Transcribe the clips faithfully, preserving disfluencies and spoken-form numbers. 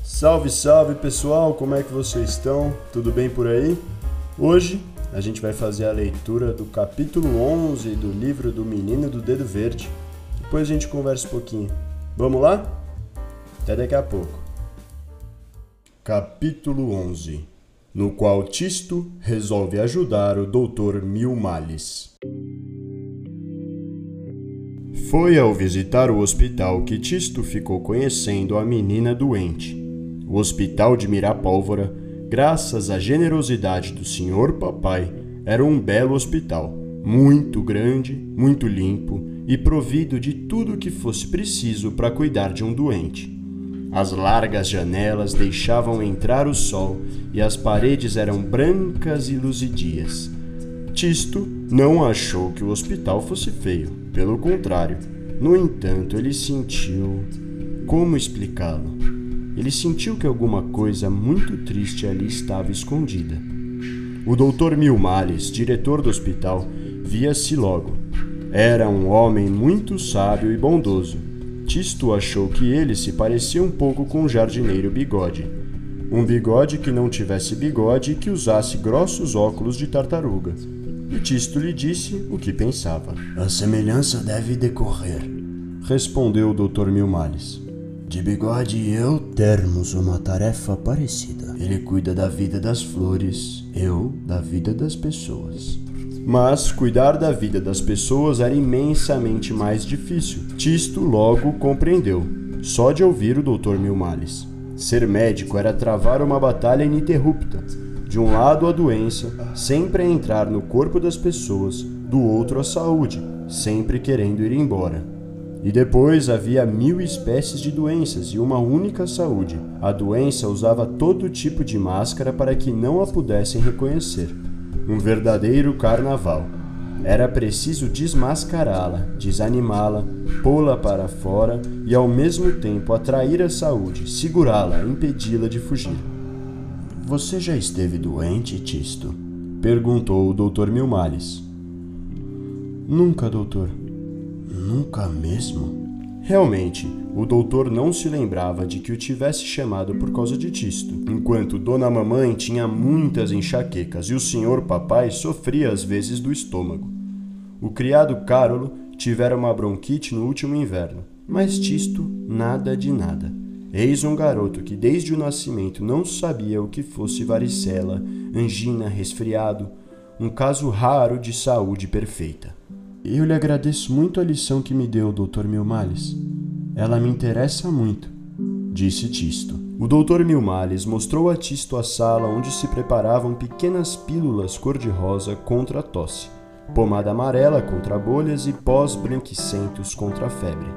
Salve, salve pessoal, como é que vocês estão? Tudo bem por aí? Hoje a gente vai fazer a leitura do capítulo onze do livro do Menino do Dedo Verde. Depois a gente conversa um pouquinho. Vamos lá? Até daqui a pouco. Capítulo onze, no qual Tisto resolve ajudar o doutor Mil Males. Foi ao visitar o hospital que Tisto ficou conhecendo a menina doente. O hospital de Mirapólvora, graças à generosidade do senhor papai, era um belo hospital, muito grande, muito limpo e provido de tudo o que fosse preciso para cuidar de um doente. As largas janelas deixavam entrar o sol e as paredes eram brancas e luzidias. Tisto não achou que o hospital fosse feio, pelo contrário. No entanto, ele sentiu... Como explicá-lo? Ele sentiu que alguma coisa muito triste ali estava escondida. O doutor Mil Males, diretor do hospital, via-se logo. Era um homem muito sábio e bondoso. Tisto achou que ele se parecia um pouco com o jardineiro Bigode. Um bigode que não tivesse bigode e que usasse grossos óculos de tartaruga. E Tisto lhe disse o que pensava. A semelhança deve decorrer, respondeu o doutor Mil Males. De Bigode e eu termos uma tarefa parecida. Ele cuida da vida das flores, eu da vida das pessoas. Mas cuidar da vida das pessoas era imensamente mais difícil. Tisto logo compreendeu, só de ouvir o doutor Mil Males. Ser médico era travar uma batalha ininterrupta. De um lado a doença, sempre a entrar no corpo das pessoas, do outro a saúde, sempre querendo ir embora. E depois havia mil espécies de doenças e uma única saúde. A doença usava todo tipo de máscara para que não a pudessem reconhecer. Um verdadeiro carnaval. Era preciso desmascará-la, desanimá-la, pô-la para fora e ao mesmo tempo atrair a saúde, segurá-la, impedi-la de fugir. Você já esteve doente, Tisto? Perguntou o doutor Mil Males. Nunca, doutor. Nunca mesmo? Realmente, o doutor não se lembrava de que o tivesse chamado por causa de Tisto, enquanto Dona Mamãe tinha muitas enxaquecas e o senhor papai sofria às vezes do estômago. O criado Cárolo tivera uma bronquite no último inverno, mas Tisto nada de nada. Eis um garoto que desde o nascimento não sabia o que fosse varicela, angina, resfriado, um caso raro de saúde perfeita. Eu lhe agradeço muito a lição que me deu, doutor Mil Males. Ela me interessa muito, disse Tisto. O doutor Mil Males mostrou a Tisto a sala onde se preparavam pequenas pílulas cor-de-rosa contra a tosse, pomada amarela contra bolhas e pós branquicentos contra a febre.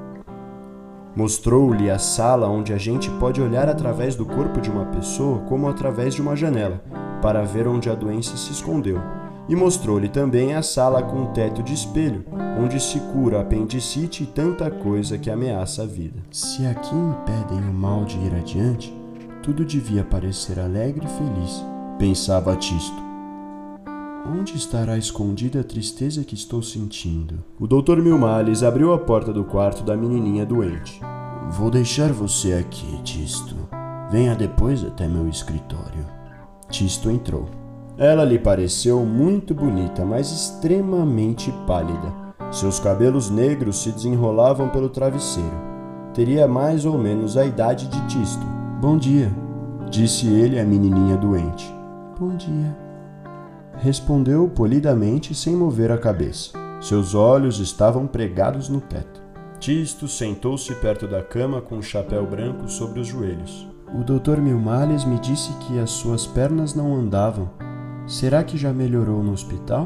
Mostrou-lhe a sala onde a gente pode olhar através do corpo de uma pessoa como através de uma janela, para ver onde a doença se escondeu. E mostrou-lhe também a sala com teto de espelho, onde se cura a apendicite e tanta coisa que ameaça a vida. Se aqui impedem o mal de ir adiante, tudo devia parecer alegre e feliz, pensava Tisto. Onde estará escondida a tristeza que estou sentindo? O doutor Mil Males abriu a porta do quarto da menininha doente. Vou deixar você aqui, Tisto. Venha depois até meu escritório. Tisto entrou. Ela lhe pareceu muito bonita, mas extremamente pálida. Seus cabelos negros se desenrolavam pelo travesseiro. Teria mais ou menos a idade de Tisto. Bom dia, disse ele à menininha doente. Bom dia, respondeu polidamente sem mover a cabeça. Seus olhos estavam pregados no teto. Tisto sentou-se perto da cama com o chapéu branco sobre os joelhos. O doutor Mil Males me disse que as suas pernas não andavam. Será que já melhorou no hospital?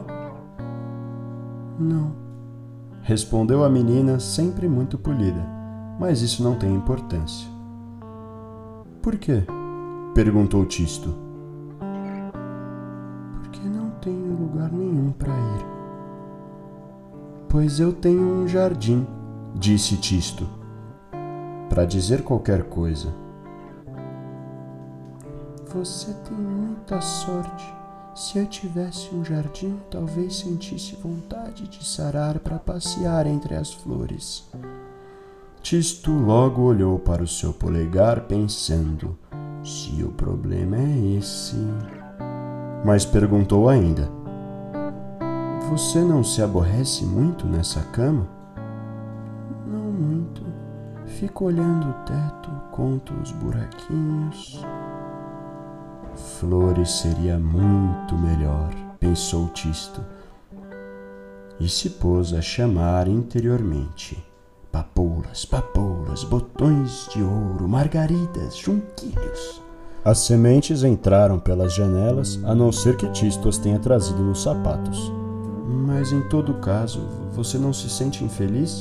Não, respondeu a menina sempre muito polida, mas isso não tem importância. Por quê? Perguntou Tisto. Porque não tenho lugar nenhum para ir. Pois eu tenho um jardim, disse Tisto, para dizer qualquer coisa. Você tem muita sorte. Se eu tivesse um jardim, talvez sentisse vontade de sarar para passear entre as flores. Tisto logo olhou para o seu polegar pensando, se o problema é esse... Mas perguntou ainda, você não se aborrece muito nessa cama? Não muito. Fico olhando o teto, conto os buraquinhos. Flores seria muito melhor, pensou Tisto. E se pôs a chamar interiormente. Papoulas, papoulas, botões de ouro, margaridas, junquilhos. As sementes entraram pelas janelas, a não ser que Tisto as tenha trazido nos sapatos. Mas em todo caso, você não se sente infeliz?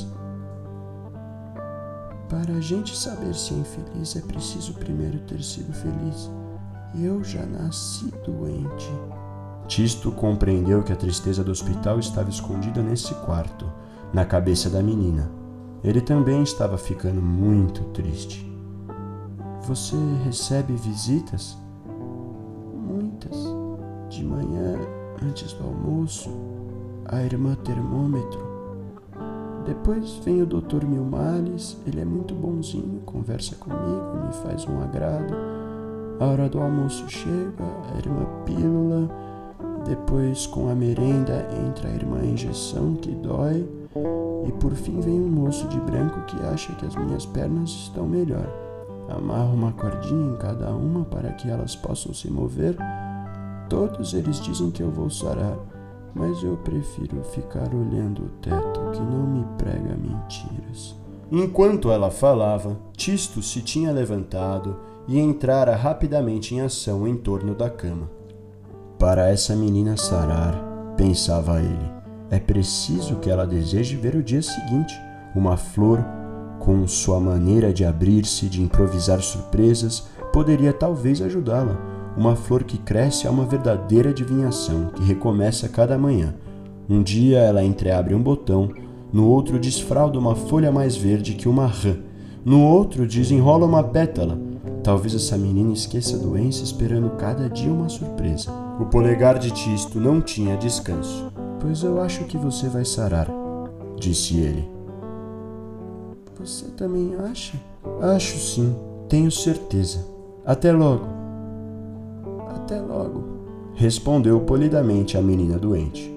Para a gente saber se é infeliz, é preciso primeiro ter sido feliz. Eu já nasci doente. Tisto compreendeu que a tristeza do hospital estava escondida nesse quarto, na cabeça da menina. Ele também estava ficando muito triste. Você recebe visitas? Muitas. De manhã, antes do almoço, a irmã Termômetro. Depois vem o doutor Milmales, ele é muito bonzinho, conversa comigo, me faz um agrado. A hora do almoço chega, a irmã Pílula. Depois, com a merenda, entra a irmã Injeção, que dói. E por fim vem um moço de branco que acha que as minhas pernas estão melhor. Amarro uma cordinha em cada uma para que elas possam se mover. Todos eles dizem que eu vou sarar, mas eu prefiro ficar olhando o teto, que não me prega mentiras. Enquanto ela falava, Tisto se tinha levantado e entrara rapidamente em ação em torno da cama. Para essa menina sarar, pensava ele, é preciso que ela deseje ver o dia seguinte. Uma flor, com sua maneira de abrir-se, de improvisar surpresas, poderia talvez ajudá-la. Uma flor que cresce é uma verdadeira adivinhação, que recomeça cada manhã. Um dia ela entreabre um botão, no outro desfralda uma folha mais verde que uma rã, no outro desenrola uma pétala. Talvez essa menina esqueça a doença esperando cada dia uma surpresa. O polegar de Tisto não tinha descanso. Pois eu acho que você vai sarar, disse ele. Você também acha? Acho sim, tenho certeza. Até logo. Até logo, respondeu polidamente a menina doente.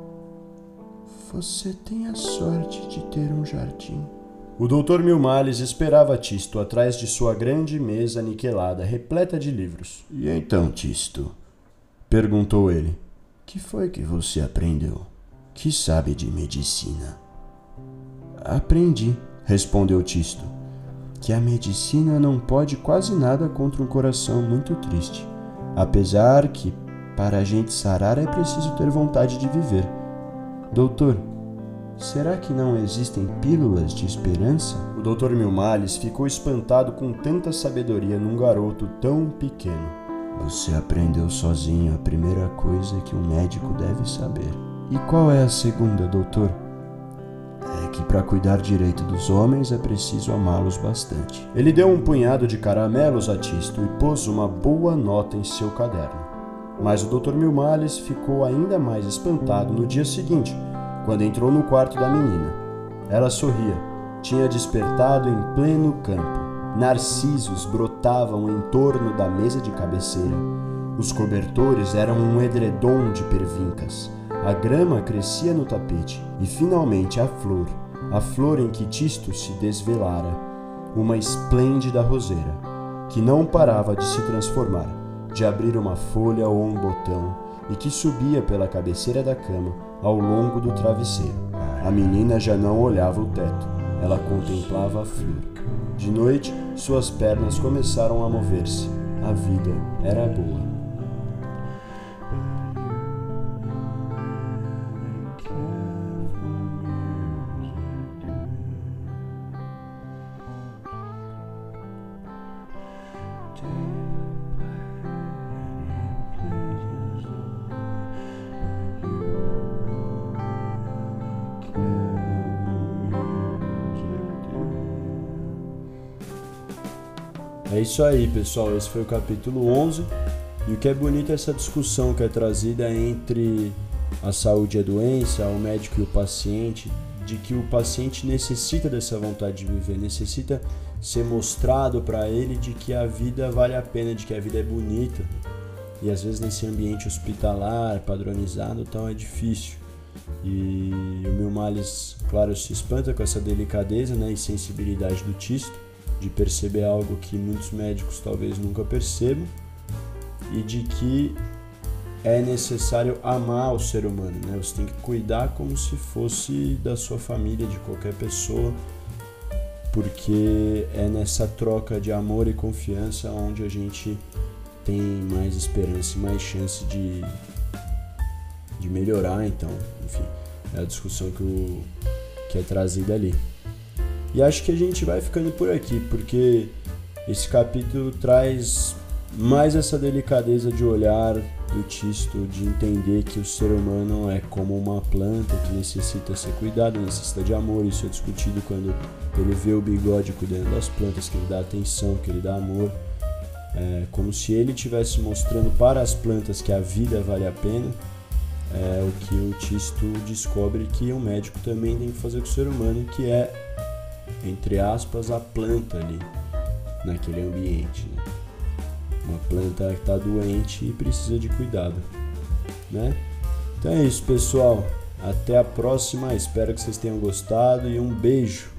Você tem a sorte de ter um jardim. O doutor Milmales esperava Tisto atrás de sua grande mesa niquelada, repleta de livros. E então, Tisto? Perguntou ele. Que foi que você aprendeu? Que sabe de medicina? Aprendi, respondeu Tisto, que a medicina não pode quase nada contra um coração muito triste. Apesar que, para a gente sarar, é preciso ter vontade de viver. Doutor, será que não existem pílulas de esperança? O doutor Milmales ficou espantado com tanta sabedoria num garoto tão pequeno. Você aprendeu sozinho a primeira coisa que um médico deve saber. E qual é a segunda, doutor? É que para cuidar direito dos homens é preciso amá-los bastante. Ele deu um punhado de caramelos a Tisto e pôs uma boa nota em seu caderno. Mas o doutor Milmales ficou ainda mais espantado no dia seguinte, quando entrou no quarto da menina. Ela sorria. Tinha despertado em pleno campo. Narcisos brotavam em torno da mesa de cabeceira. Os cobertores eram um edredom de pervincas. A grama crescia no tapete. E finalmente a flor, a flor em que Tisto se desvelara, uma esplêndida roseira, que não parava de se transformar, de abrir uma folha ou um botão, e que subia pela cabeceira da cama ao longo do travesseiro. A menina já não olhava o teto, ela contemplava a flor. De noite, suas pernas começaram a mover-se. A vida era boa. É isso aí, pessoal. Esse foi o capítulo onze. E o que é bonito é essa discussão que é trazida entre a saúde e a doença, o médico e o paciente, de que o paciente necessita dessa vontade de viver, necessita ser mostrado para ele de que a vida vale a pena, de que a vida é bonita. E às vezes nesse ambiente hospitalar, padronizado, então é difícil. E o Milmales, claro, se espanta com essa delicadeza, né, e sensibilidade do Tisto, de perceber algo que muitos médicos talvez nunca percebam, e de que é necessário amar o ser humano, né? Você tem que cuidar como se fosse da sua família, de qualquer pessoa, porque é nessa troca de amor e confiança onde a gente tem mais esperança e mais chance de, de melhorar. Então, enfim, é a discussão que, o, que é trazida ali. E acho que a gente vai ficando por aqui, porque esse capítulo traz mais essa delicadeza de olhar do Tisto, de entender que o ser humano é como uma planta que necessita ser cuidado, necessita de amor. Isso é discutido quando ele vê o Bigode cuidando das plantas, que ele dá atenção, que ele dá amor. É como se ele estivesse mostrando para as plantas que a vida vale a pena. É o que o Tisto descobre que o médico também tem que fazer com o ser humano, que é, entre aspas, a planta ali, naquele ambiente, né? Uma planta que está doente e precisa de cuidado, né? Então é isso, pessoal. Até a próxima. Espero que vocês tenham gostado e um beijo.